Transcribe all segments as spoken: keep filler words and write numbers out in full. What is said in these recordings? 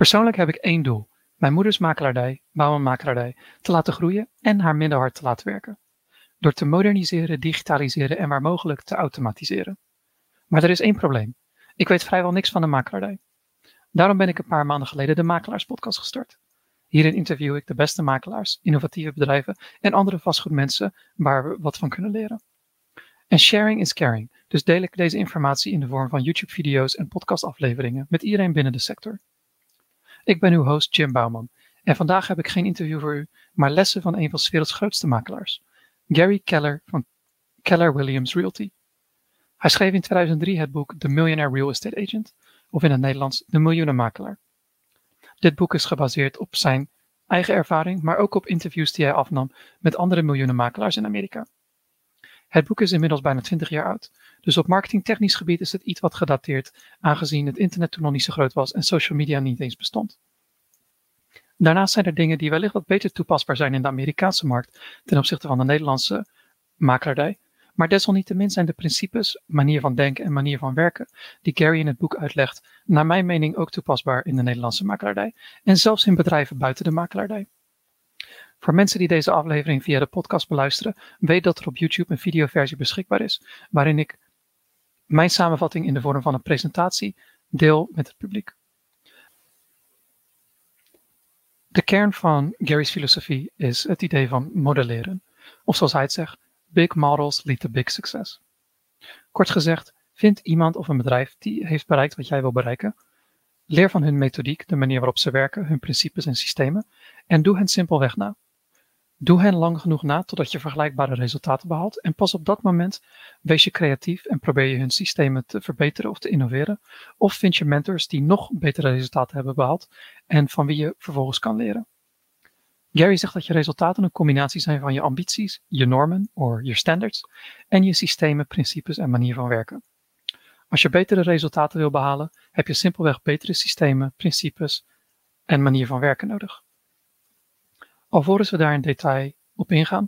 Persoonlijk heb ik één doel. Mijn moeders makelaardij, Bouwman Makelaardij, te laten groeien en haar minder hard te laten werken. Door te moderniseren, digitaliseren en waar mogelijk te automatiseren. Maar er is één probleem. Ik weet vrijwel niks van de makelaardij. Daarom ben ik een paar maanden geleden de Makelaarspodcast gestart. Hierin interview ik de beste makelaars, innovatieve bedrijven en andere vastgoedmensen waar we wat van kunnen leren. En sharing is caring, dus deel ik deze informatie in de vorm van YouTube-video's en podcastafleveringen met iedereen binnen de sector. Ik ben uw host Jim Bouwman en vandaag heb ik geen interview voor u, maar lessen van een van 's werelds grootste makelaars, Gary Keller van Keller Williams Realty. Hij schreef in tweeduizend drie het boek The Millionaire Real Estate Agent, of in het Nederlands De Miljoenenmakelaar. Dit boek is gebaseerd op zijn eigen ervaring, maar ook op interviews die hij afnam met andere miljoenenmakelaars in Amerika. Het boek is inmiddels bijna twintig jaar oud, dus op marketingtechnisch gebied is het iets wat gedateerd, aangezien het internet toen nog niet zo groot was en social media niet eens bestond. Daarnaast zijn er dingen die wellicht wat beter toepasbaar zijn in de Amerikaanse markt ten opzichte van de Nederlandse makelaardij, maar desalniettemin zijn de principes, manier van denken en manier van werken die Gary in het boek uitlegt, naar mijn mening ook toepasbaar in de Nederlandse makelaardij en zelfs in bedrijven buiten de makelaardij. Voor mensen die deze aflevering via de podcast beluisteren, weet dat er op YouTube een videoversie beschikbaar is, waarin ik mijn samenvatting in de vorm van een presentatie deel met het publiek. De kern van Gary's filosofie is het idee van modelleren, of zoals hij het zegt, big models lead to big success. Kort gezegd, vind iemand of een bedrijf die heeft bereikt wat jij wil bereiken. Leer van hun methodiek, de manier waarop ze werken, hun principes en systemen, en doe hen simpelweg na. Doe hen lang genoeg na totdat je vergelijkbare resultaten behaalt en pas op dat moment wees je creatief en probeer je hun systemen te verbeteren of te innoveren. Of vind je mentors die nog betere resultaten hebben behaald en van wie je vervolgens kan leren. Gary zegt dat je resultaten een combinatie zijn van je ambities, je normen of je standards en je systemen, principes en manier van werken. Als je betere resultaten wil behalen, heb je simpelweg betere systemen, principes en manier van werken nodig. Alvorens we daar in detail op ingaan,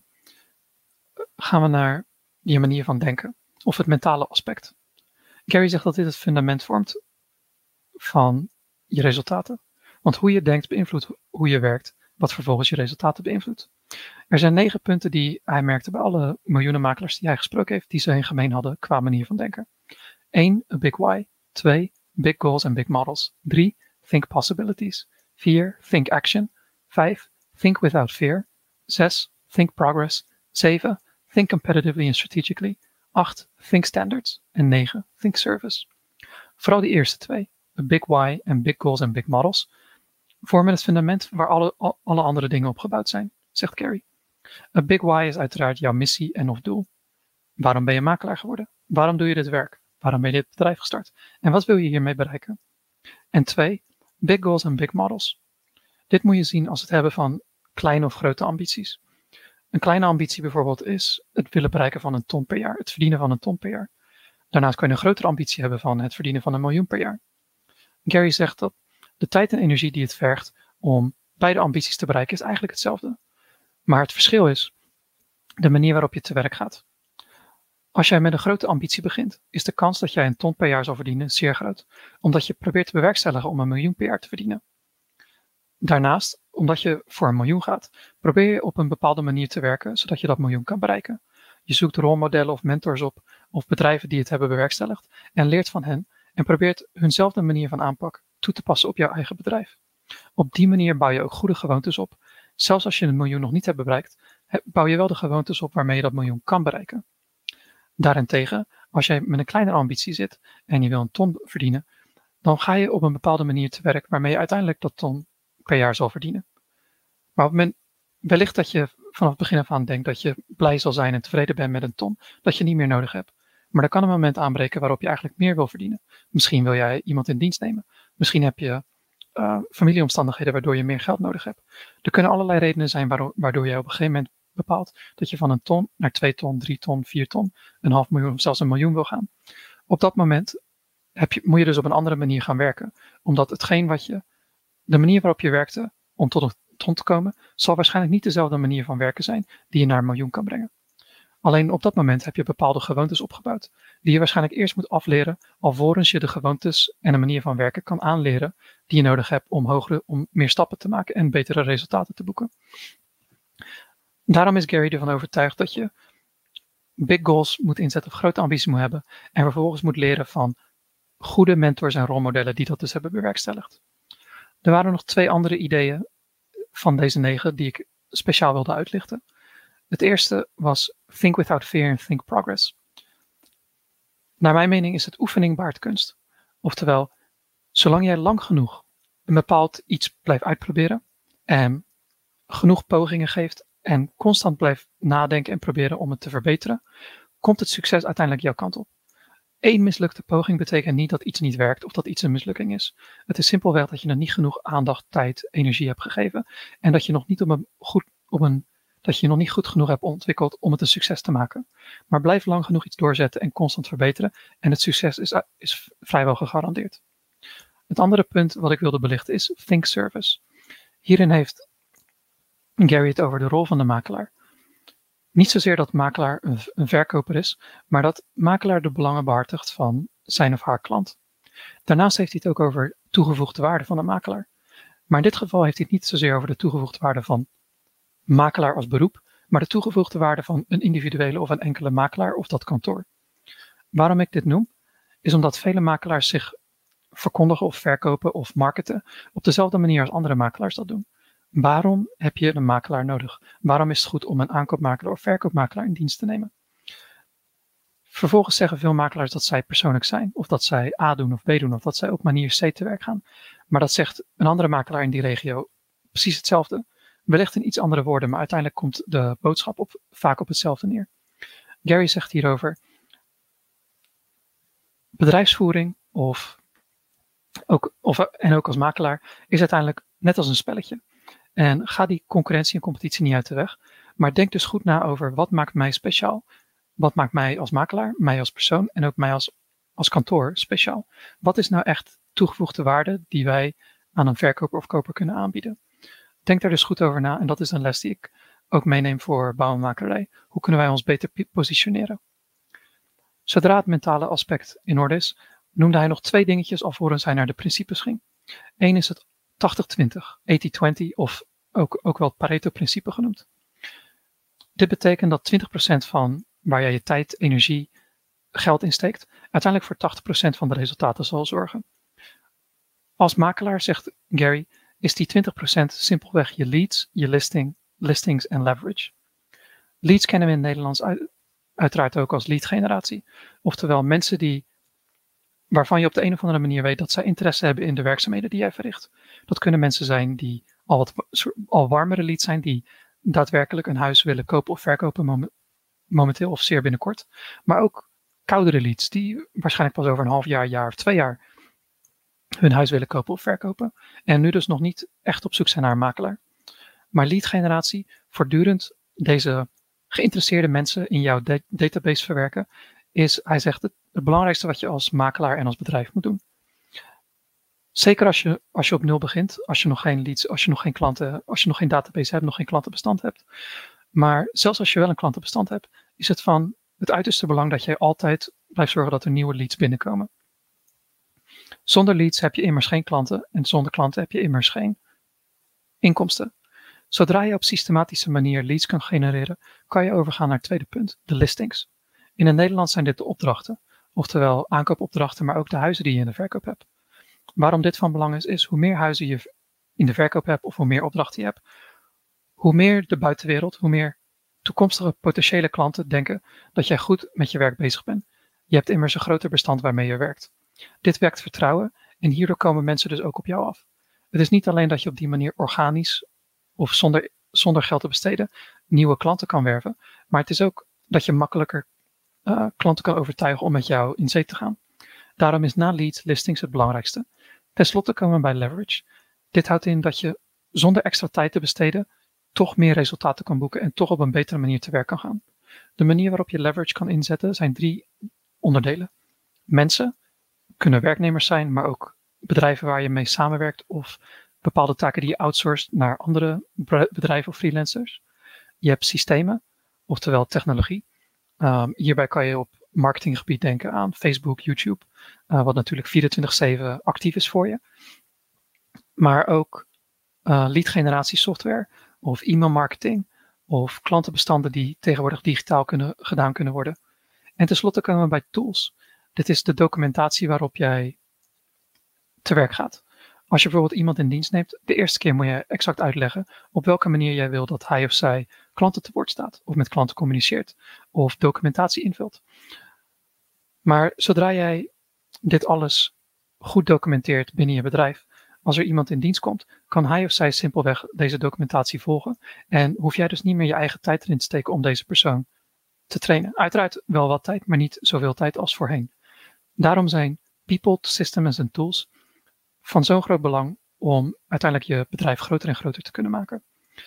gaan we naar je manier van denken of het mentale aspect. Gary zegt dat dit het fundament vormt van je resultaten. Want hoe je denkt beïnvloedt hoe je werkt, wat vervolgens je resultaten beïnvloedt. Er zijn negen punten die hij merkte bij alle miljoenenmakelaars die hij gesproken heeft, die ze in gemeen hadden qua manier van denken. één. A big why. twee. Big goals and big models. drie. Think possibilities. vier. Think action. vijf. Think without fear. zes. Think progress. zeven. Think competitively and strategically. acht. Think standards. En negen. Think service. Vooral die eerste twee, a big why en big goals and big models, vormen het fundament waar alle, alle andere dingen op gebouwd zijn, zegt Gary. A big why is uiteraard jouw missie en of doel. Waarom ben je makelaar geworden? Waarom doe je dit werk? Waarom ben je dit bedrijf gestart? En wat wil je hiermee bereiken? En twee, big goals en big models. Dit moet je zien als het hebben van kleine of grote ambities. Een kleine ambitie bijvoorbeeld is het willen bereiken van een ton per jaar, het verdienen van een ton per jaar. Daarnaast kun je een grotere ambitie hebben van het verdienen van een miljoen per jaar. Gary zegt dat de tijd en energie die het vergt om beide ambities te bereiken is eigenlijk hetzelfde. Maar het verschil is de manier waarop je te werk gaat. Als jij met een grote ambitie begint, is de kans dat jij een ton per jaar zal verdienen zeer groot, omdat je probeert te bewerkstelligen om een miljoen per jaar te verdienen. Daarnaast, omdat je voor een miljoen gaat, probeer je op een bepaalde manier te werken, zodat je dat miljoen kan bereiken. Je zoekt rolmodellen of mentors op, of bedrijven die het hebben bewerkstelligd, en leert van hen en probeert hunzelfde manier van aanpak toe te passen op jouw eigen bedrijf. Op die manier bouw je ook goede gewoontes op. Zelfs als je een miljoen nog niet hebt bereikt, bouw je wel de gewoontes op waarmee je dat miljoen kan bereiken. Daarentegen, als jij met een kleinere ambitie zit en je wil een ton verdienen, dan ga je op een bepaalde manier te werk waarmee je uiteindelijk dat ton per jaar zal verdienen. Maar op het moment, wellicht dat je vanaf het begin af aan denkt dat je blij zal zijn en tevreden bent met een ton, dat je niet meer nodig hebt. Maar er kan een moment aanbreken waarop je eigenlijk meer wil verdienen. Misschien wil jij iemand in dienst nemen. Misschien heb je uh, familieomstandigheden waardoor je meer geld nodig hebt. Er kunnen allerlei redenen zijn waardoor, waardoor jij op een gegeven moment bepaalt dat je van een ton naar twee ton, drie ton, vier ton, een half miljoen of zelfs een miljoen wil gaan. Op dat moment heb je, moet je dus op een andere manier gaan werken. Omdat hetgeen wat je, de manier waarop je werkte om tot een ton te komen, zal waarschijnlijk niet dezelfde manier van werken zijn die je naar een miljoen kan brengen. Alleen op dat moment heb je bepaalde gewoontes opgebouwd, die je waarschijnlijk eerst moet afleren, alvorens je de gewoontes en een manier van werken kan aanleren die je nodig hebt om, hogere, om meer stappen te maken en betere resultaten te boeken. Daarom is Gary ervan overtuigd dat je big goals moet inzetten of grote ambities moet hebben en vervolgens moet leren van goede mentors en rolmodellen die dat dus hebben bewerkstelligd. Er waren nog twee andere ideeën van deze negen die ik speciaal wilde uitlichten. Het eerste was think without fear and think progress. Naar mijn mening is het oefening baart kunst. Oftewel, zolang jij lang genoeg een bepaald iets blijft uitproberen en genoeg pogingen geeft en constant blijft nadenken en proberen om het te verbeteren, komt het succes uiteindelijk jouw kant op. Eén mislukte poging betekent niet dat iets niet werkt of dat iets een mislukking is. Het is simpelweg dat je er niet genoeg aandacht, tijd, energie hebt gegeven en dat je nog niet op een goed, op een, dat je nog niet goed genoeg hebt ontwikkeld om het een succes te maken. Maar blijf lang genoeg iets doorzetten en constant verbeteren en het succes is, is vrijwel gegarandeerd. Het andere punt wat ik wilde belichten is think service. Hierin heeft Gary het over de rol van de makelaar. Niet zozeer dat makelaar een, een verkoper is, maar dat makelaar de belangen behartigt van zijn of haar klant. Daarnaast heeft hij het ook over toegevoegde waarde van de makelaar. Maar in dit geval heeft hij het niet zozeer over de toegevoegde waarde van makelaar als beroep, maar de toegevoegde waarde van een individuele of een enkele makelaar of dat kantoor. Waarom ik dit noem, is omdat vele makelaars zich verkondigen of verkopen of marketen op dezelfde manier als andere makelaars dat doen. Waarom heb je een makelaar nodig? Waarom is het goed om een aankoopmakelaar of verkoopmakelaar in dienst te nemen? Vervolgens zeggen veel makelaars dat zij persoonlijk zijn, of dat zij A doen of B doen, of dat zij op manier C te werk gaan. Maar dat zegt een andere makelaar in die regio precies hetzelfde. Wellicht in iets andere woorden, maar uiteindelijk komt de boodschap op, vaak op hetzelfde neer. Gary zegt hierover, bedrijfsvoering of ook, of, en ook als makelaar is uiteindelijk net als een spelletje. En ga die concurrentie en competitie niet uit de weg. Maar denk dus goed na over wat maakt mij speciaal. Wat maakt mij als makelaar, mij als persoon en ook mij als, als kantoor speciaal. Wat is nou echt toegevoegde waarde die wij aan een verkoper of koper kunnen aanbieden. Denk daar dus goed over na en dat is een les die ik ook meeneem voor bouwmakerij. Hoe kunnen wij ons beter positioneren? Zodra het mentale aspect in orde is, noemde hij nog twee dingetjes alvorens hij naar de principes ging. Eén is het tachtig twintig, tachtig twintig of ook, ook wel het Pareto-principe genoemd. Dit betekent dat twintig procent van waar jij je tijd, energie, geld insteekt, uiteindelijk voor tachtig procent van de resultaten zal zorgen. Als makelaar, zegt Gary, is die twintig procent simpelweg je leads, je listing, listings en leverage. Leads kennen we in het Nederlands uit, uiteraard ook als leadgeneratie. Oftewel mensen die, waarvan je op de een of andere manier weet dat zij interesse hebben in de werkzaamheden die jij verricht. Dat kunnen mensen zijn die al wat al warmere leads zijn, die daadwerkelijk een huis willen kopen of verkopen momenteel of zeer binnenkort. Maar ook koudere leads die waarschijnlijk pas over een half jaar, jaar of twee jaar hun huis willen kopen of verkopen. En nu dus nog niet echt op zoek zijn naar een makelaar. Maar leadgeneratie, voortdurend deze geïnteresseerde mensen in jouw da- database verwerken, is, hij zegt, het, het belangrijkste wat je als makelaar en als bedrijf moet doen. Zeker als je, als je op nul begint, als je nog geen leads, als je nog geen klanten, als je nog geen database hebt, nog geen klantenbestand hebt. Maar zelfs als je wel een klantenbestand hebt, is het van het uiterste belang dat jij altijd blijft zorgen dat er nieuwe leads binnenkomen. Zonder leads heb je immers geen klanten en zonder klanten heb je immers geen inkomsten. Zodra je op systematische manier leads kan genereren, kan je overgaan naar het tweede punt, de listings. In het Nederlands zijn dit de opdrachten, oftewel aankoopopdrachten, maar ook de huizen die je in de verkoop hebt. Waarom dit van belang is, is hoe meer huizen je in de verkoop hebt of hoe meer opdrachten je hebt, hoe meer de buitenwereld, hoe meer toekomstige potentiële klanten denken dat jij goed met je werk bezig bent. Je hebt immers een groter bestand waarmee je werkt. Dit wekt vertrouwen en hierdoor komen mensen dus ook op jou af. Het is niet alleen dat je op die manier organisch of zonder, zonder geld te besteden nieuwe klanten kan werven, maar het is ook dat je makkelijker uh, klanten kan overtuigen om met jou in zee te gaan. Daarom is na leads listings het belangrijkste. Ten slotte komen we bij leverage. Dit houdt in dat je zonder extra tijd te besteden toch meer resultaten kan boeken en toch op een betere manier te werk kan gaan. De manier waarop je leverage kan inzetten zijn drie onderdelen. Mensen kunnen werknemers zijn, maar ook bedrijven waar je mee samenwerkt of bepaalde taken die je outsourced naar andere bedrijven of freelancers. Je hebt systemen, oftewel technologie. Um, hierbij kan je op marketinggebied denken aan Facebook, YouTube, uh, wat natuurlijk vierentwintig zeven actief is voor je. Maar ook uh, lead generatie software of e-mail marketing of klantenbestanden die tegenwoordig digitaal kunnen, gedaan kunnen worden. En tenslotte komen we bij tools. Dit is de documentatie waarop jij te werk gaat. Als je bijvoorbeeld iemand in dienst neemt, de eerste keer moet je exact uitleggen op welke manier jij wil dat hij of zij klanten te woord staat, of met klanten communiceert, of documentatie invult. Maar zodra jij dit alles goed documenteert binnen je bedrijf, als er iemand in dienst komt, kan hij of zij simpelweg deze documentatie volgen en hoef jij dus niet meer je eigen tijd erin te steken om deze persoon te trainen. Uiteraard wel wat tijd, maar niet zoveel tijd als voorheen. Daarom zijn people, systems en tools van zo'n groot belang om uiteindelijk je bedrijf groter en groter te kunnen maken.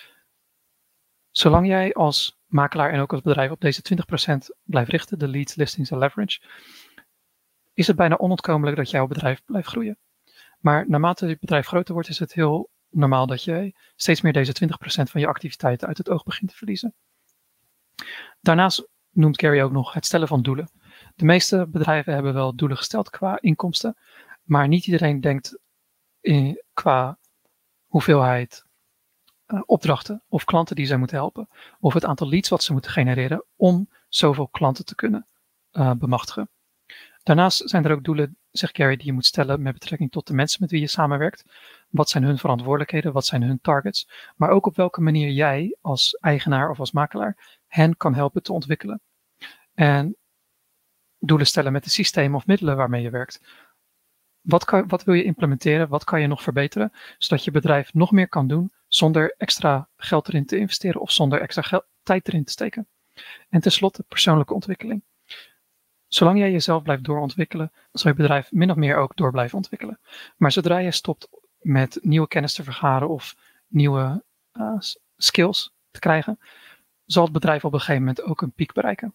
Zolang jij als makelaar en ook als bedrijf op deze twintig procent blijft richten, de leads, listings en leverage, is het bijna onontkomelijk dat jouw bedrijf blijft groeien. Maar naarmate je bedrijf groter wordt, is het heel normaal dat je steeds meer deze twintig procent van je activiteiten uit het oog begint te verliezen. Daarnaast noemt Gary ook nog het stellen van doelen. De meeste bedrijven hebben wel doelen gesteld qua inkomsten, maar niet iedereen denkt in, qua hoeveelheid uh, opdrachten of klanten die zij moeten helpen, of het aantal leads wat ze moeten genereren om zoveel klanten te kunnen uh, bemachtigen. Daarnaast zijn er ook doelen, zegt Gary, die je moet stellen met betrekking tot de mensen met wie je samenwerkt. Wat zijn hun verantwoordelijkheden, wat zijn hun targets, maar ook op welke manier jij als eigenaar of als makelaar hen kan helpen te ontwikkelen. En doelen stellen met de systemen of middelen waarmee je werkt. Wat, kan, wat wil je implementeren? Wat kan je nog verbeteren? Zodat je bedrijf nog meer kan doen zonder extra geld erin te investeren of zonder extra geld, tijd erin te steken. En tenslotte persoonlijke ontwikkeling. Zolang jij jezelf blijft doorontwikkelen, zal je bedrijf min of meer ook door blijven ontwikkelen. Maar zodra je stopt met nieuwe kennis te vergaren of nieuwe uh, skills te krijgen, zal het bedrijf op een gegeven moment ook een piek bereiken.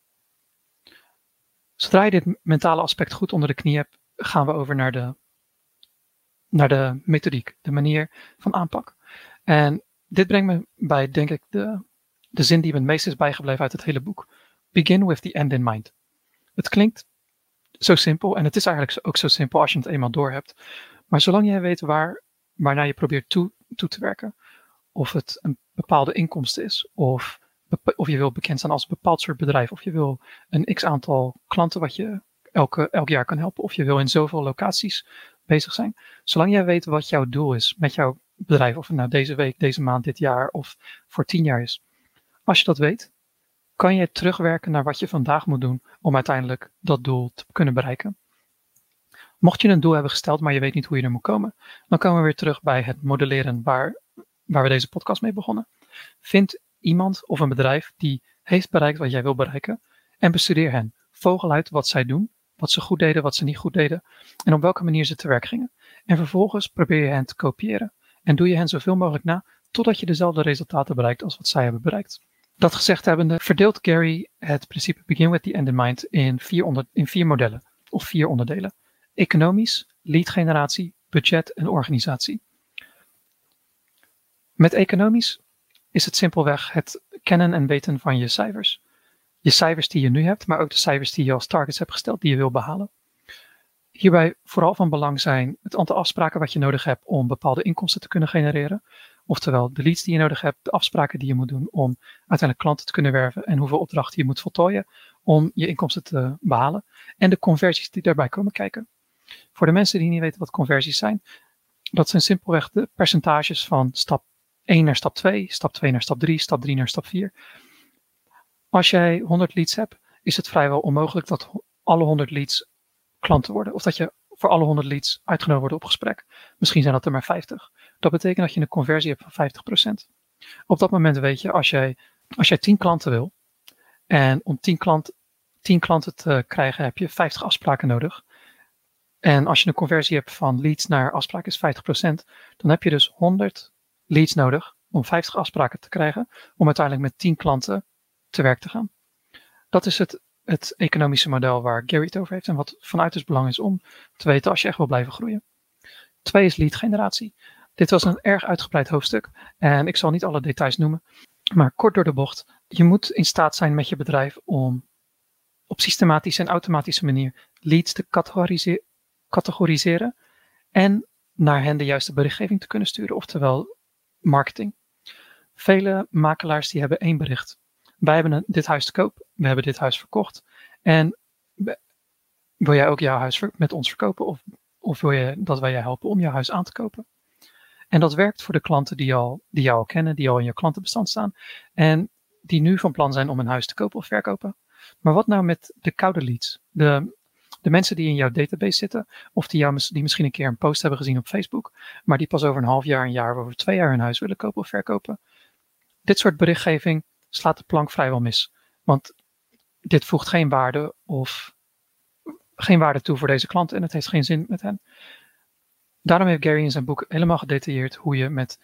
Zodra je dit mentale aspect goed onder de knie hebt, gaan we over naar de, naar de methodiek, de manier van aanpak. En dit brengt me bij, denk ik, de, de zin die me het meest is bijgebleven uit het hele boek. Begin with the end in mind. Het klinkt zo simpel en het is eigenlijk ook zo simpel als je het eenmaal doorhebt. Maar zolang jij weet waar, waarnaar je probeert toe, toe te werken, of het een bepaalde inkomsten is, of, of je wil bekend staan als een bepaald soort bedrijf, of je wil een x-aantal klanten wat je elke, elk jaar kan helpen, of je wil in zoveel locaties bezig zijn. Zolang jij weet wat jouw doel is met jouw bedrijf, of het nou deze week, deze maand, dit jaar of voor tien jaar is. Als je dat weet, kan je terugwerken naar wat je vandaag moet doen om uiteindelijk dat doel te kunnen bereiken. Mocht je een doel hebben gesteld, maar je weet niet hoe je er moet komen, dan komen we weer terug bij het modelleren waar, waar we deze podcast mee begonnen. Vind iemand of een bedrijf die heeft bereikt wat jij wil bereiken en bestudeer hen. Vogel uit wat zij doen, wat ze goed deden, wat ze niet goed deden en op welke manier ze te werk gingen. En vervolgens probeer je hen te kopiëren en doe je hen zoveel mogelijk na totdat je dezelfde resultaten bereikt als wat zij hebben bereikt. Dat gezegd hebbende verdeelt Gary het principe Begin with the End in Mind in vier, onder, in vier modellen of vier onderdelen. Economisch, lead generatie, budget en organisatie. Met economisch is het simpelweg het kennen en weten van je cijfers. Je cijfers die je nu hebt, maar ook de cijfers die je als targets hebt gesteld die je wil behalen. Hierbij vooral van belang zijn het aantal afspraken wat je nodig hebt om bepaalde inkomsten te kunnen genereren. Oftewel de leads die je nodig hebt, de afspraken die je moet doen om uiteindelijk klanten te kunnen werven en hoeveel opdrachten je moet voltooien om je inkomsten te behalen. En de conversies die daarbij komen kijken. Voor de mensen die niet weten wat conversies zijn, dat zijn simpelweg de percentages van stap één naar stap twee, stap twee naar stap drie, stap drie naar stap vier. Als jij honderd leads hebt, is het vrijwel onmogelijk dat alle honderd leads klanten worden. Of dat je voor alle honderd leads uitgenodigd wordt op gesprek. Misschien zijn dat er maar vijftig. Dat betekent dat je een conversie hebt van vijftig procent. Op dat moment weet je, als jij, als jij tien klanten wil, en om tien, klant, tien klanten te krijgen heb je vijftig afspraken nodig. En als je een conversie hebt van leads naar afspraak is vijftig procent, dan heb je dus honderd leads nodig om vijftig afspraken te krijgen, om uiteindelijk met tien klanten te werk te gaan. Dat is het, het economische model waar Gary het over heeft en wat vanuit dus belang is om te weten als je echt wil blijven groeien. Twee is lead generatie. Dit was een erg uitgebreid hoofdstuk en ik zal niet alle details noemen. Maar kort door de bocht, je moet in staat zijn met je bedrijf om op systematische en automatische manier leads te categoriseer- categoriseren en naar hen de juiste berichtgeving te kunnen sturen, oftewel marketing. Vele makelaars die hebben één bericht. Wij hebben een, dit huis te koop, we hebben dit huis verkocht en wil jij ook jouw huis met ons verkopen of, of wil je dat wij je helpen om jouw huis aan te kopen? En dat werkt voor de klanten die, al, die jou al kennen, die al in je klantenbestand staan en die nu van plan zijn om een huis te kopen of verkopen. Maar wat nou met de koude leads? De, de mensen die in jouw database zitten of die, jou, die misschien een keer een post hebben gezien op Facebook, maar die pas over een half jaar, een jaar of over twee jaar hun huis willen kopen of verkopen. Dit soort berichtgeving slaat de plank vrijwel mis. Want dit voegt geen waarde of geen waarde toe voor deze klanten en het heeft geen zin met hen. Daarom heeft Gary in zijn boek helemaal gedetailleerd hoe je met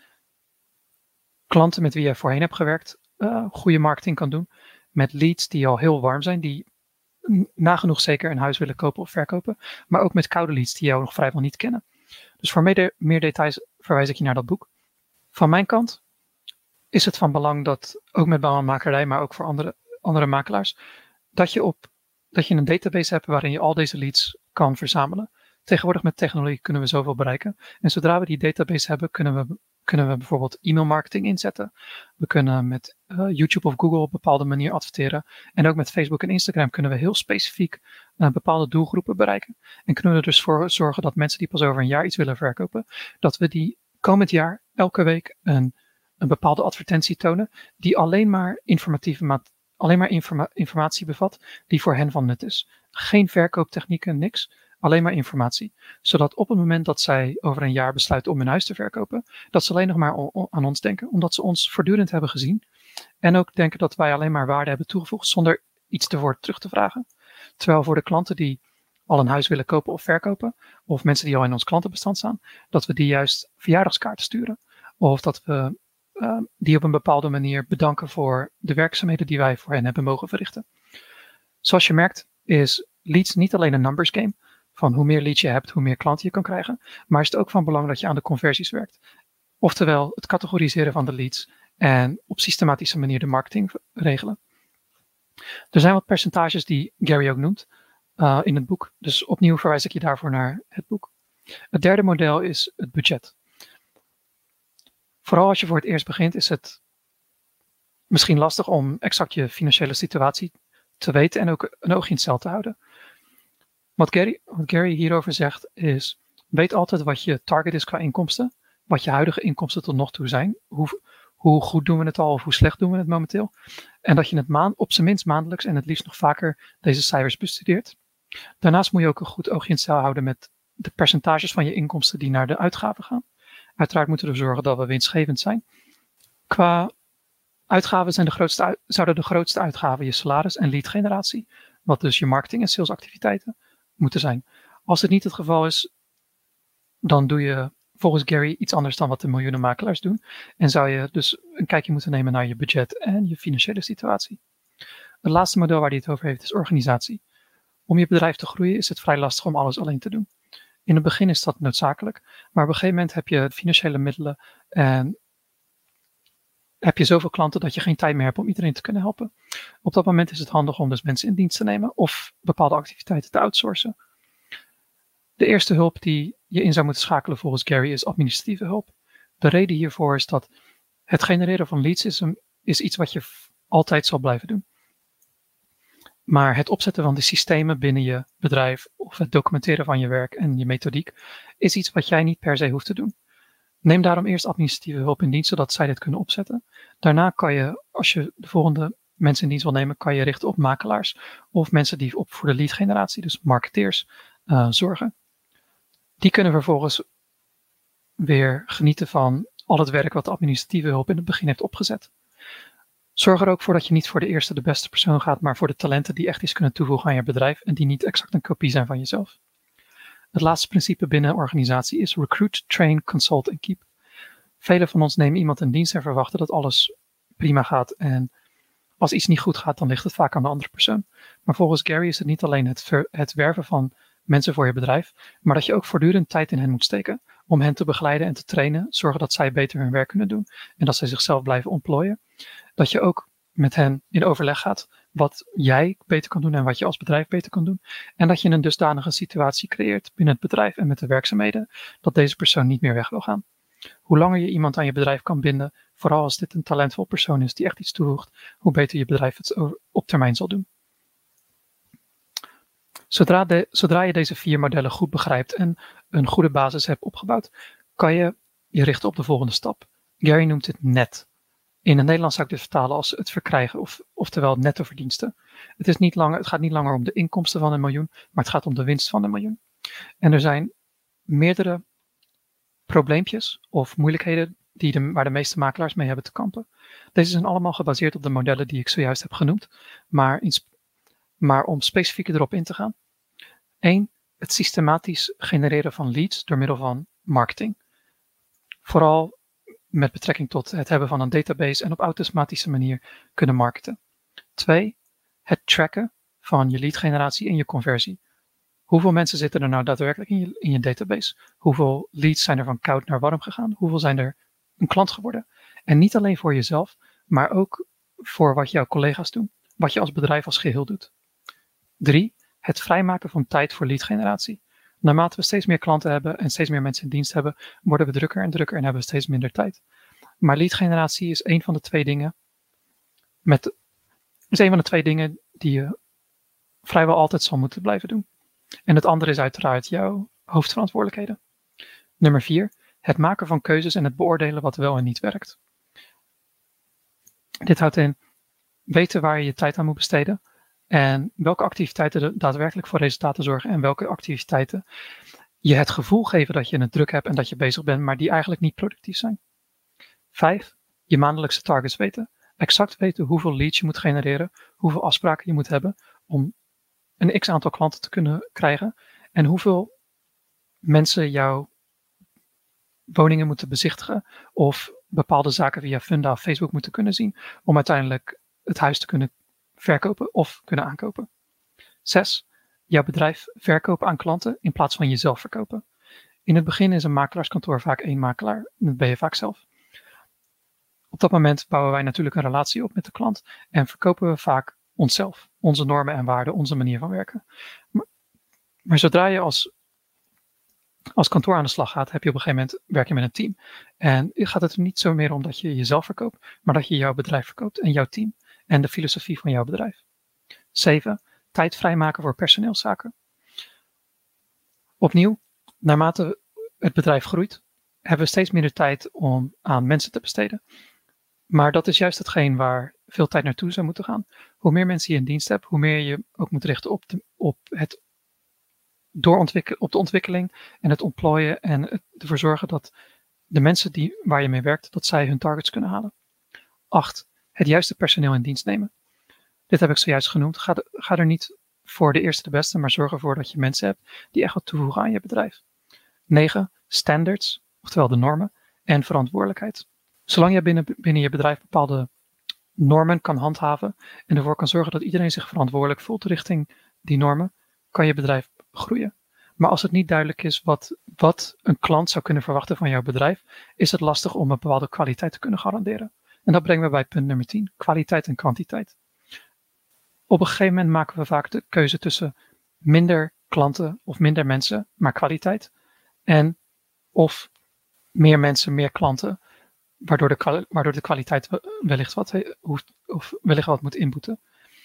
klanten met wie je voorheen hebt gewerkt uh, goede marketing kan doen. Met leads die al heel warm zijn, die nagenoeg zeker een huis willen kopen of verkopen. Maar ook met koude leads die jou nog vrijwel niet kennen. Dus voor meer, meer details verwijs ik je naar dat boek. Van mijn kant is het van belang dat, ook met bouwmakerij, maar ook voor andere, andere makelaars, dat je, op, dat je een database hebt waarin je al deze leads kan verzamelen. Tegenwoordig met technologie kunnen we zoveel bereiken. En zodra we die database hebben, kunnen we, kunnen we bijvoorbeeld e-mailmarketing inzetten. We kunnen met uh, YouTube of Google op een bepaalde manier adverteren. En ook met Facebook en Instagram kunnen we heel specifiek uh, bepaalde doelgroepen bereiken. En kunnen we er dus voor zorgen dat mensen die pas over een jaar iets willen verkopen, dat we die komend jaar elke week een, een bepaalde advertentie tonen die alleen maar informatieve maat, alleen maar informa- informatie bevat die voor hen van nut is. Geen verkooptechnieken, niks. Alleen maar informatie. Zodat op het moment dat zij over een jaar besluiten om hun huis te verkopen, dat ze alleen nog maar o- o- aan ons denken. Omdat ze ons voortdurend hebben gezien. En ook denken dat wij alleen maar waarde hebben toegevoegd zonder iets ervoor terug te vragen. Terwijl voor de klanten die al een huis willen kopen of verkopen, of mensen die al in ons klantenbestand staan, dat we die juist verjaardagskaarten sturen. Of dat we uh, die op een bepaalde manier bedanken voor de werkzaamheden die wij voor hen hebben mogen verrichten. Zoals je merkt is leads niet alleen een numbers game. Van hoe meer leads je hebt, hoe meer klanten je kan krijgen. Maar is het ook van belang dat je aan de conversies werkt. Oftewel het categoriseren van de leads en op systematische manier de marketing regelen. Er zijn wat percentages die Gary ook noemt uh, in het boek. Dus opnieuw verwijs ik je daarvoor naar het boek. Het derde model is het budget. Vooral als je voor het eerst begint is het misschien lastig om exact je financiële situatie te weten en ook een oog in het zeil te houden. Wat Gary, wat Gary hierover zegt is, weet altijd wat je target is qua inkomsten, wat je huidige inkomsten tot nog toe zijn, hoe, hoe goed doen we het al of hoe slecht doen we het momenteel. En dat je het maan, op zijn minst maandelijks en het liefst nog vaker deze cijfers bestudeert. Daarnaast moet je ook een goed oog in het zeil houden met de percentages van je inkomsten die naar de uitgaven gaan. Uiteraard moeten we zorgen dat we winstgevend zijn. Qua uitgaven zijn de grootste, zouden de grootste uitgaven je salaris en leadgeneratie, wat dus je marketing en salesactiviteiten moeten zijn. Als dit niet het geval is, dan doe je volgens Gary iets anders dan wat de miljoenen makelaars doen. En zou je dus een kijkje moeten nemen naar je budget en je financiële situatie. Het laatste model waar hij het over heeft is organisatie. Om je bedrijf te groeien is het vrij lastig om alles alleen te doen. In het begin is dat noodzakelijk, maar op een gegeven moment heb je financiële middelen en heb je zoveel klanten dat je geen tijd meer hebt om iedereen te kunnen helpen. Op dat moment is het handig om dus mensen in dienst te nemen of bepaalde activiteiten te outsourcen. De eerste hulp die je in zou moeten schakelen volgens Gary is administratieve hulp. De reden hiervoor is dat het genereren van leads is, een, is iets wat je f- altijd zal blijven doen. Maar het opzetten van de systemen binnen je bedrijf of het documenteren van je werk en je methodiek is iets wat jij niet per se hoeft te doen. Neem daarom eerst administratieve hulp in dienst, zodat zij dit kunnen opzetten. Daarna kan je, als je de volgende mensen in dienst wil nemen, kan je richten op makelaars of mensen die op voor de lead generatie, dus marketeers, uh, zorgen. Die kunnen vervolgens weer genieten van al het werk wat de administratieve hulp in het begin heeft opgezet. Zorg er ook voor dat je niet voor de eerste de beste persoon gaat, maar voor de talenten die echt iets kunnen toevoegen aan je bedrijf en die niet exact een kopie zijn van jezelf. Het laatste principe binnen een organisatie is recruit, train, consult en keep. Velen van ons nemen iemand in dienst en verwachten dat alles prima gaat. En als iets niet goed gaat, dan ligt het vaak aan de andere persoon. Maar volgens Gary is het niet alleen het, ver, het werven van mensen voor je bedrijf, maar dat je ook voortdurend tijd in hen moet steken om hen te begeleiden en te trainen, zorgen dat zij beter hun werk kunnen doen en dat zij zichzelf blijven ontplooien. Dat je ook met hen in overleg gaat wat jij beter kan doen en wat je als bedrijf beter kan doen. En dat je een dusdanige situatie creëert binnen het bedrijf en met de werkzaamheden dat deze persoon niet meer weg wil gaan. Hoe langer je iemand aan je bedrijf kan binden, vooral als dit een talentvol persoon is die echt iets toevoegt, hoe beter je bedrijf het op termijn zal doen. Zodra, de, zodra je deze vier modellen goed begrijpt en een goede basis hebt opgebouwd, kan je je richten op de volgende stap. Gary noemt dit net. In het Nederlands zou ik dit vertalen als het verkrijgen, of, oftewel nettoverdiensten. Het, is niet langer, het gaat niet langer om de inkomsten van een miljoen, maar het gaat om de winst van een miljoen. En er zijn meerdere probleempjes of moeilijkheden die de, waar de meeste makelaars mee hebben te kampen. Deze zijn allemaal gebaseerd op de modellen die ik zojuist heb genoemd, maar, in, maar om specifieker erop in te gaan. één. Het systematisch genereren van leads door middel van marketing. Vooral met betrekking tot het hebben van een database en op automatische manier kunnen marketen. Twee. Het tracken van je leadgeneratie en je conversie. Hoeveel mensen zitten er nou daadwerkelijk in je, in je database? Hoeveel leads zijn er van koud naar warm gegaan? Hoeveel zijn er een klant geworden? En niet alleen voor jezelf, maar ook voor wat jouw collega's doen. Wat je als bedrijf als geheel doet. Drie. Het vrijmaken van tijd voor leadgeneratie. Naarmate we steeds meer klanten hebben en steeds meer mensen in dienst hebben, worden we drukker en drukker en hebben we steeds minder tijd. Maar leadgeneratie is een van de twee dingen, met, is een van de twee dingen die je vrijwel altijd zal moeten blijven doen. En het andere is uiteraard jouw hoofdverantwoordelijkheden. Nummer vier. Het maken van keuzes en het beoordelen wat wel en niet werkt. Dit houdt in weten waar je je tijd aan moet besteden. En welke activiteiten daadwerkelijk voor resultaten zorgen en welke activiteiten je het gevoel geven dat je het druk hebt en dat je bezig bent, maar die eigenlijk niet productief zijn. Vijf. Je maandelijkse targets weten. Exact weten hoeveel leads je moet genereren, hoeveel afspraken je moet hebben om een x aantal klanten te kunnen krijgen en hoeveel mensen jouw woningen moeten bezichtigen of bepaalde zaken via Funda of Facebook moeten kunnen zien om uiteindelijk het huis te kunnen verkopen of kunnen aankopen. Zes. Jouw bedrijf verkopen aan klanten in plaats van jezelf verkopen. In het begin is een makelaarskantoor vaak één makelaar. Dat ben je vaak zelf. Op dat moment bouwen wij natuurlijk een relatie op met de klant en verkopen we vaak onszelf, onze normen en waarden, onze manier van werken. Maar, maar zodra je als, als kantoor aan de slag gaat, heb je op een gegeven moment werk je met een team. En gaat het er niet zo meer om dat je jezelf verkoopt, maar dat je jouw bedrijf verkoopt en jouw team en de filosofie van jouw bedrijf. Zeven. Tijd vrijmaken voor personeelszaken. Opnieuw, naarmate het bedrijf groeit, hebben we steeds minder tijd om aan mensen te besteden. Maar dat is juist hetgeen waar veel tijd naartoe zou moeten gaan. Hoe meer mensen je in dienst hebt, hoe meer je ook moet richten op de, op het doorontwikkelen, op de ontwikkeling en het ontplooien en het ervoor zorgen dat de mensen die, waar je mee werkt, dat zij hun targets kunnen halen. Acht. Het juiste personeel in dienst nemen. Dit heb ik zojuist genoemd. Ga, de, ga er niet voor de eerste de beste, maar zorg ervoor dat je mensen hebt die echt wat toevoegen aan je bedrijf. Negen. Standards, oftewel de normen en verantwoordelijkheid. Zolang je binnen, binnen je bedrijf bepaalde normen kan handhaven en ervoor kan zorgen dat iedereen zich verantwoordelijk voelt richting die normen, kan je bedrijf groeien. Maar als het niet duidelijk is wat, wat een klant zou kunnen verwachten van jouw bedrijf, is het lastig om een bepaalde kwaliteit te kunnen garanderen. En dat brengen we bij punt nummer tien, kwaliteit en kwantiteit. Op een gegeven moment maken we vaak de keuze tussen minder klanten of minder mensen, maar kwaliteit. En of meer mensen, meer klanten, waardoor de, waardoor de kwaliteit wellicht wat, hoeft, of wellicht wat moet inboeten.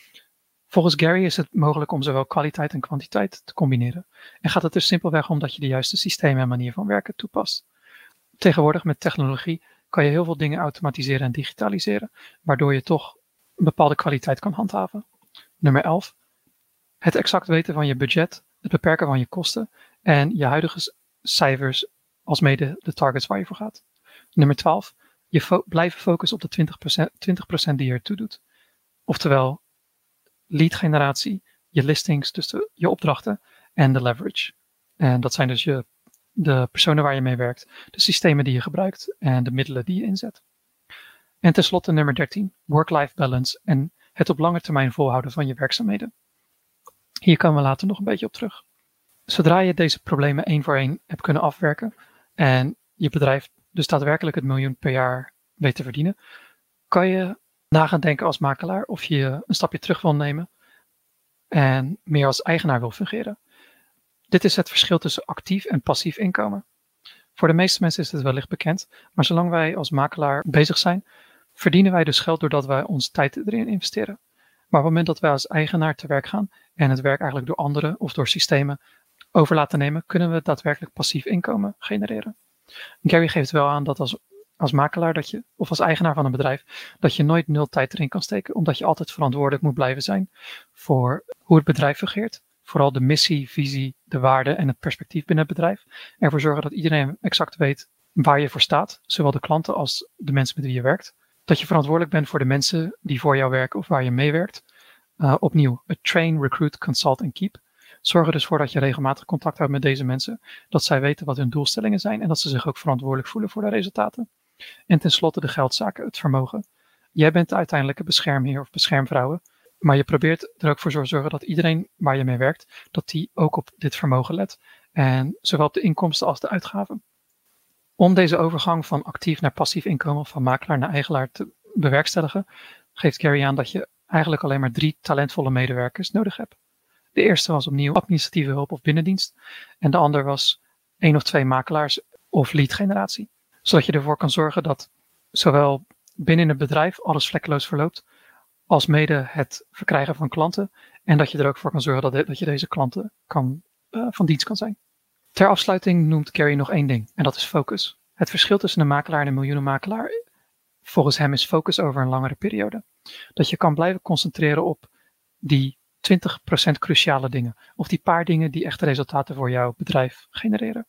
Volgens Gary is het mogelijk om zowel kwaliteit en kwantiteit te combineren. En gaat het er simpelweg om dat je de juiste systemen en manier van werken toepast. Tegenwoordig met technologie kan je heel veel dingen automatiseren en digitaliseren, waardoor je toch een bepaalde kwaliteit kan handhaven. Nummer elf. Het exact weten van je budget, het beperken van je kosten en je huidige cijfers alsmede de targets waar je voor gaat. Nummer twaalf. Je fo- blijven focussen op de twintig procent, twintig procent die je ertoe doet. Oftewel lead generatie, je listings, dus de, je opdrachten en de leverage. En dat zijn dus je, de personen waar je mee werkt, de systemen die je gebruikt en de middelen die je inzet. En tenslotte nummer dertien. Work-life balance en het op lange termijn volhouden van je werkzaamheden. Hier komen we later nog een beetje op terug. Zodra je deze problemen één voor één hebt kunnen afwerken, en je bedrijf dus daadwerkelijk het miljoen per jaar weet te verdienen, kan je na gaan denken als makelaar of je een stapje terug wil nemen en meer als eigenaar wil fungeren. Dit is het verschil tussen actief en passief inkomen. Voor de meeste mensen is het wellicht bekend, maar zolang wij als makelaar bezig zijn, verdienen wij dus geld doordat wij onze tijd erin investeren. Maar op het moment dat wij als eigenaar te werk gaan en het werk eigenlijk door anderen of door systemen over laten nemen, kunnen we daadwerkelijk passief inkomen genereren. Gary geeft wel aan dat als, als makelaar dat je, of als eigenaar van een bedrijf, dat je nooit nul tijd erin kan steken, omdat je altijd verantwoordelijk moet blijven zijn voor hoe het bedrijf fungeert. Vooral de missie, visie, de waarde en het perspectief binnen het bedrijf. Ervoor zorgen dat iedereen exact weet waar je voor staat, zowel de klanten als de mensen met wie je werkt. Dat je verantwoordelijk bent voor de mensen die voor jou werken of waar je mee werkt. Uh, opnieuw, train, recruit, consult en keep. Zorg er dus voor dat je regelmatig contact houdt met deze mensen. Dat zij weten wat hun doelstellingen zijn en dat ze zich ook verantwoordelijk voelen voor de resultaten. En tenslotte de geldzaken, het vermogen. Jij bent de uiteindelijke beschermheer of beschermvrouwen. Maar je probeert er ook voor te zorgen dat iedereen waar je mee werkt, dat die ook op dit vermogen let. En zowel op de inkomsten als de uitgaven. Om deze overgang van actief naar passief inkomen of van makelaar naar eigenaar te bewerkstelligen, geeft Gary aan dat je eigenlijk alleen maar drie talentvolle medewerkers nodig hebt. De eerste was opnieuw administratieve hulp of binnendienst. En de ander was één of twee makelaars of lead generatie. Zodat je ervoor kan zorgen dat zowel binnen het bedrijf alles vlekkeloos verloopt, als mede het verkrijgen van klanten. En dat je er ook voor kan zorgen dat, de, dat je deze klanten kan, uh, van dienst kan zijn. Ter afsluiting noemt Gary nog één ding. En dat is focus. Het verschil tussen een makelaar en een miljoenenmakelaar volgens hem is focus over een langere periode. Dat je kan blijven concentreren op die twintig procent cruciale dingen. Of die paar dingen die echt resultaten voor jouw bedrijf genereren.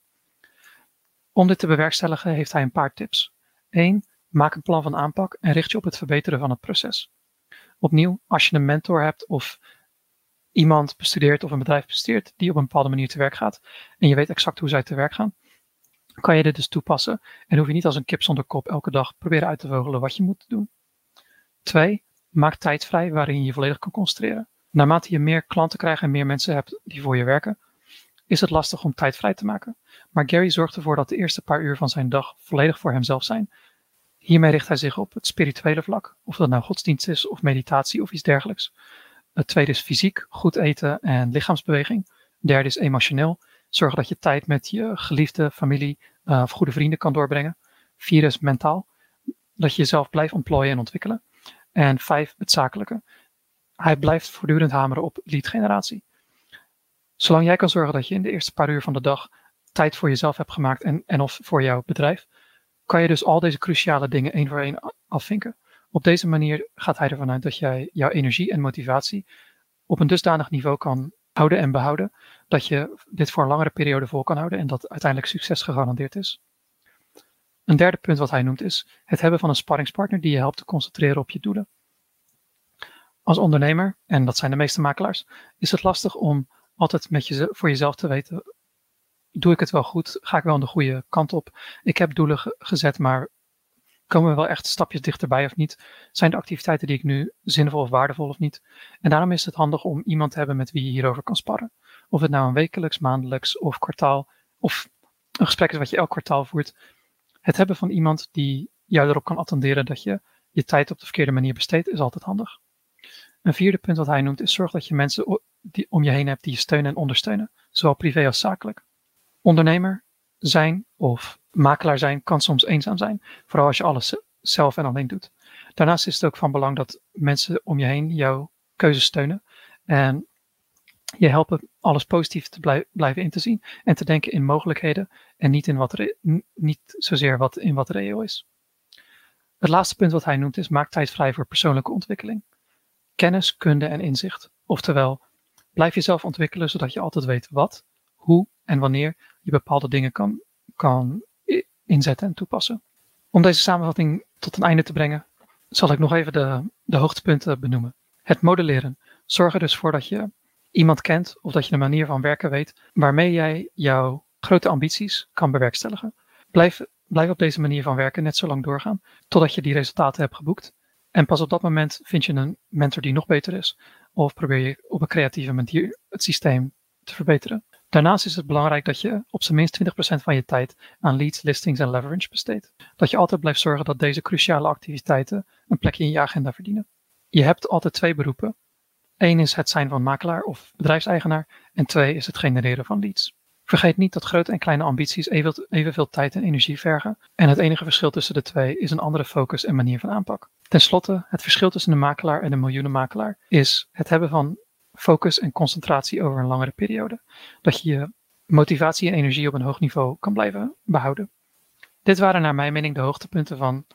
Om dit te bewerkstelligen heeft hij een paar tips. Eén, maak een plan van aanpak en richt je op het verbeteren van het proces. Opnieuw, als je een mentor hebt of iemand bestudeert of een bedrijf bestudeert die op een bepaalde manier te werk gaat en je weet exact hoe zij te werk gaan, kan je dit dus toepassen en hoef je niet als een kip zonder kop elke dag proberen uit te vogelen wat je moet doen. Twee, maak tijd vrij waarin je je volledig kan concentreren. Naarmate je meer klanten krijgt en meer mensen hebt die voor je werken, is het lastig om tijd vrij te maken. Maar Gary zorgt ervoor dat de eerste paar uur van zijn dag volledig voor hemzelf zijn. Hiermee richt hij zich op het spirituele vlak, of dat nou godsdienst is of meditatie of iets dergelijks. Het tweede is fysiek, goed eten en lichaamsbeweging. Derde is emotioneel, zorgen dat je tijd met je geliefde, familie uh, of goede vrienden kan doorbrengen. Vierde is mentaal, dat je jezelf blijft ontplooien en ontwikkelen. En vijf, het zakelijke. Hij blijft voortdurend hameren op lead generatie. Zolang jij kan zorgen dat je in de eerste paar uur van de dag tijd voor jezelf hebt gemaakt en, en of voor jouw bedrijf, kan je dus al deze cruciale dingen één voor één afvinken. Op deze manier gaat hij ervan uit dat jij jouw energie en motivatie op een dusdanig niveau kan houden en behouden, dat je dit voor een langere periode vol kan houden en dat uiteindelijk succes gegarandeerd is. Een derde punt wat hij noemt is het hebben van een sparringspartner die je helpt te concentreren op je doelen. Als ondernemer, en dat zijn de meeste makelaars, is het lastig om altijd met je, voor jezelf te weten, doe ik het wel goed? Ga ik wel de goede kant op? Ik heb doelen ge- gezet, maar komen we wel echt stapjes dichterbij of niet? Zijn de activiteiten die ik nu zinvol of waardevol of niet? En daarom is het handig om iemand te hebben met wie je hierover kan sparren. Of het nou een wekelijks, maandelijks of kwartaal, of een gesprek is wat je elk kwartaal voert. Het hebben van iemand die jou erop kan attenderen dat je je tijd op de verkeerde manier besteedt, is altijd handig. Een vierde punt wat hij noemt is zorg dat je mensen die om je heen hebt die je steunen en ondersteunen, zowel privé als zakelijk. Ondernemer zijn of makelaar zijn kan soms eenzaam zijn, vooral als je alles zelf en alleen doet. Daarnaast is het ook van belang dat mensen om je heen jouw keuzes steunen en je helpen alles positief te blij- blijven in te zien en te denken in mogelijkheden en niet, in wat re- niet zozeer wat in wat reëel is. Het laatste punt wat hij noemt is maak tijd vrij voor persoonlijke ontwikkeling. Kennis, kunde en inzicht. Oftewel, blijf jezelf ontwikkelen zodat je altijd weet wat, hoe en wanneer je bepaalde dingen kan, kan inzetten en toepassen. Om deze samenvatting tot een einde te brengen, zal ik nog even de, de hoogtepunten benoemen. Het modelleren. Zorg er dus voor dat je iemand kent of dat je een manier van werken weet waarmee jij jouw grote ambities kan bewerkstelligen. Blijf, blijf op deze manier van werken net zo lang doorgaan totdat je die resultaten hebt geboekt. En pas op dat moment vind je een mentor die nog beter is of probeer je op een creatieve manier het systeem te verbeteren. Daarnaast is het belangrijk dat je op zijn minst twintig procent van je tijd aan leads, listings en leverage besteedt. Dat je altijd blijft zorgen dat deze cruciale activiteiten een plekje in je agenda verdienen. Je hebt altijd twee beroepen. Eén is het zijn van makelaar of bedrijfseigenaar en twee is het genereren van leads. Vergeet niet dat grote en kleine ambities even, evenveel tijd en energie vergen en het enige verschil tussen de twee is een andere focus en manier van aanpak. Ten slotte, het verschil tussen een makelaar en een miljoenenmakelaar is het hebben van focus en concentratie over een langere periode. Dat je je motivatie en energie op een hoog niveau kan blijven behouden. Dit waren naar mijn mening de hoogtepunten van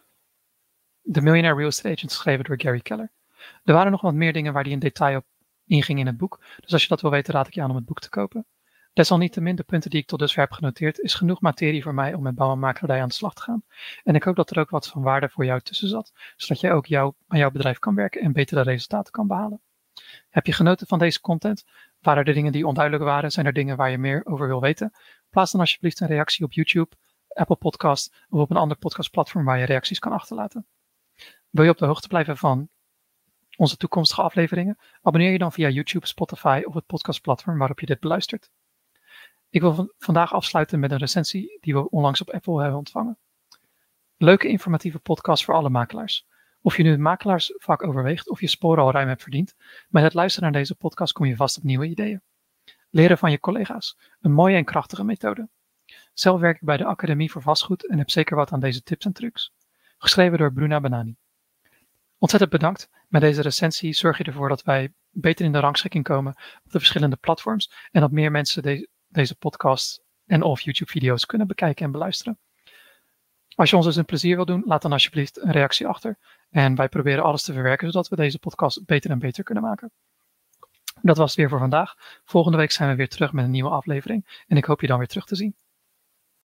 The Millionaire Real Estate Agent, geschreven door Gary Keller. Er waren nog wat meer dingen waar hij in detail op inging in het boek, dus als je dat wil weten raad ik je aan om het boek te kopen. Desalniettemin, de punten die ik tot dusver heb genoteerd, is genoeg materie voor mij om met bouw en makelaardij aan de slag te gaan. En ik hoop dat er ook wat van waarde voor jou tussen zat, zodat jij ook jou, aan jouw bedrijf kan werken en betere resultaten kan behalen. Heb je genoten van deze content? Waren er dingen die onduidelijk waren? Zijn er dingen waar je meer over wil weten? Plaats dan alsjeblieft een reactie op YouTube, Apple Podcast of op een ander podcastplatform waar je reacties kan achterlaten. Wil je op de hoogte blijven van onze toekomstige afleveringen? Abonneer je dan via YouTube, Spotify of het podcastplatform waarop je dit beluistert. Ik wil v- vandaag afsluiten met een recensie die we onlangs op Apple hebben ontvangen. Leuke informatieve podcast voor alle makelaars. Of je nu het makelaarsvak overweegt of je sporen al ruim hebt verdiend, met het luisteren naar deze podcast kom je vast op nieuwe ideeën. Leren van je collega's. Een mooie en krachtige methode. Zelf werk ik bij de Academie voor Vastgoed en heb zeker wat aan deze tips en trucs. Geschreven door Bruna Banani. Ontzettend bedankt. Met deze recensie zorg je ervoor dat wij beter in de rangschikking komen op de verschillende platforms en dat meer mensen de- deze podcast en of YouTube video's kunnen bekijken en beluisteren. Als je ons dus een plezier wil doen, laat dan alsjeblieft een reactie achter. En wij proberen alles te verwerken, zodat we deze podcast beter en beter kunnen maken. Dat was het weer voor vandaag. Volgende week zijn we weer terug met een nieuwe aflevering. En ik hoop je dan weer terug te zien.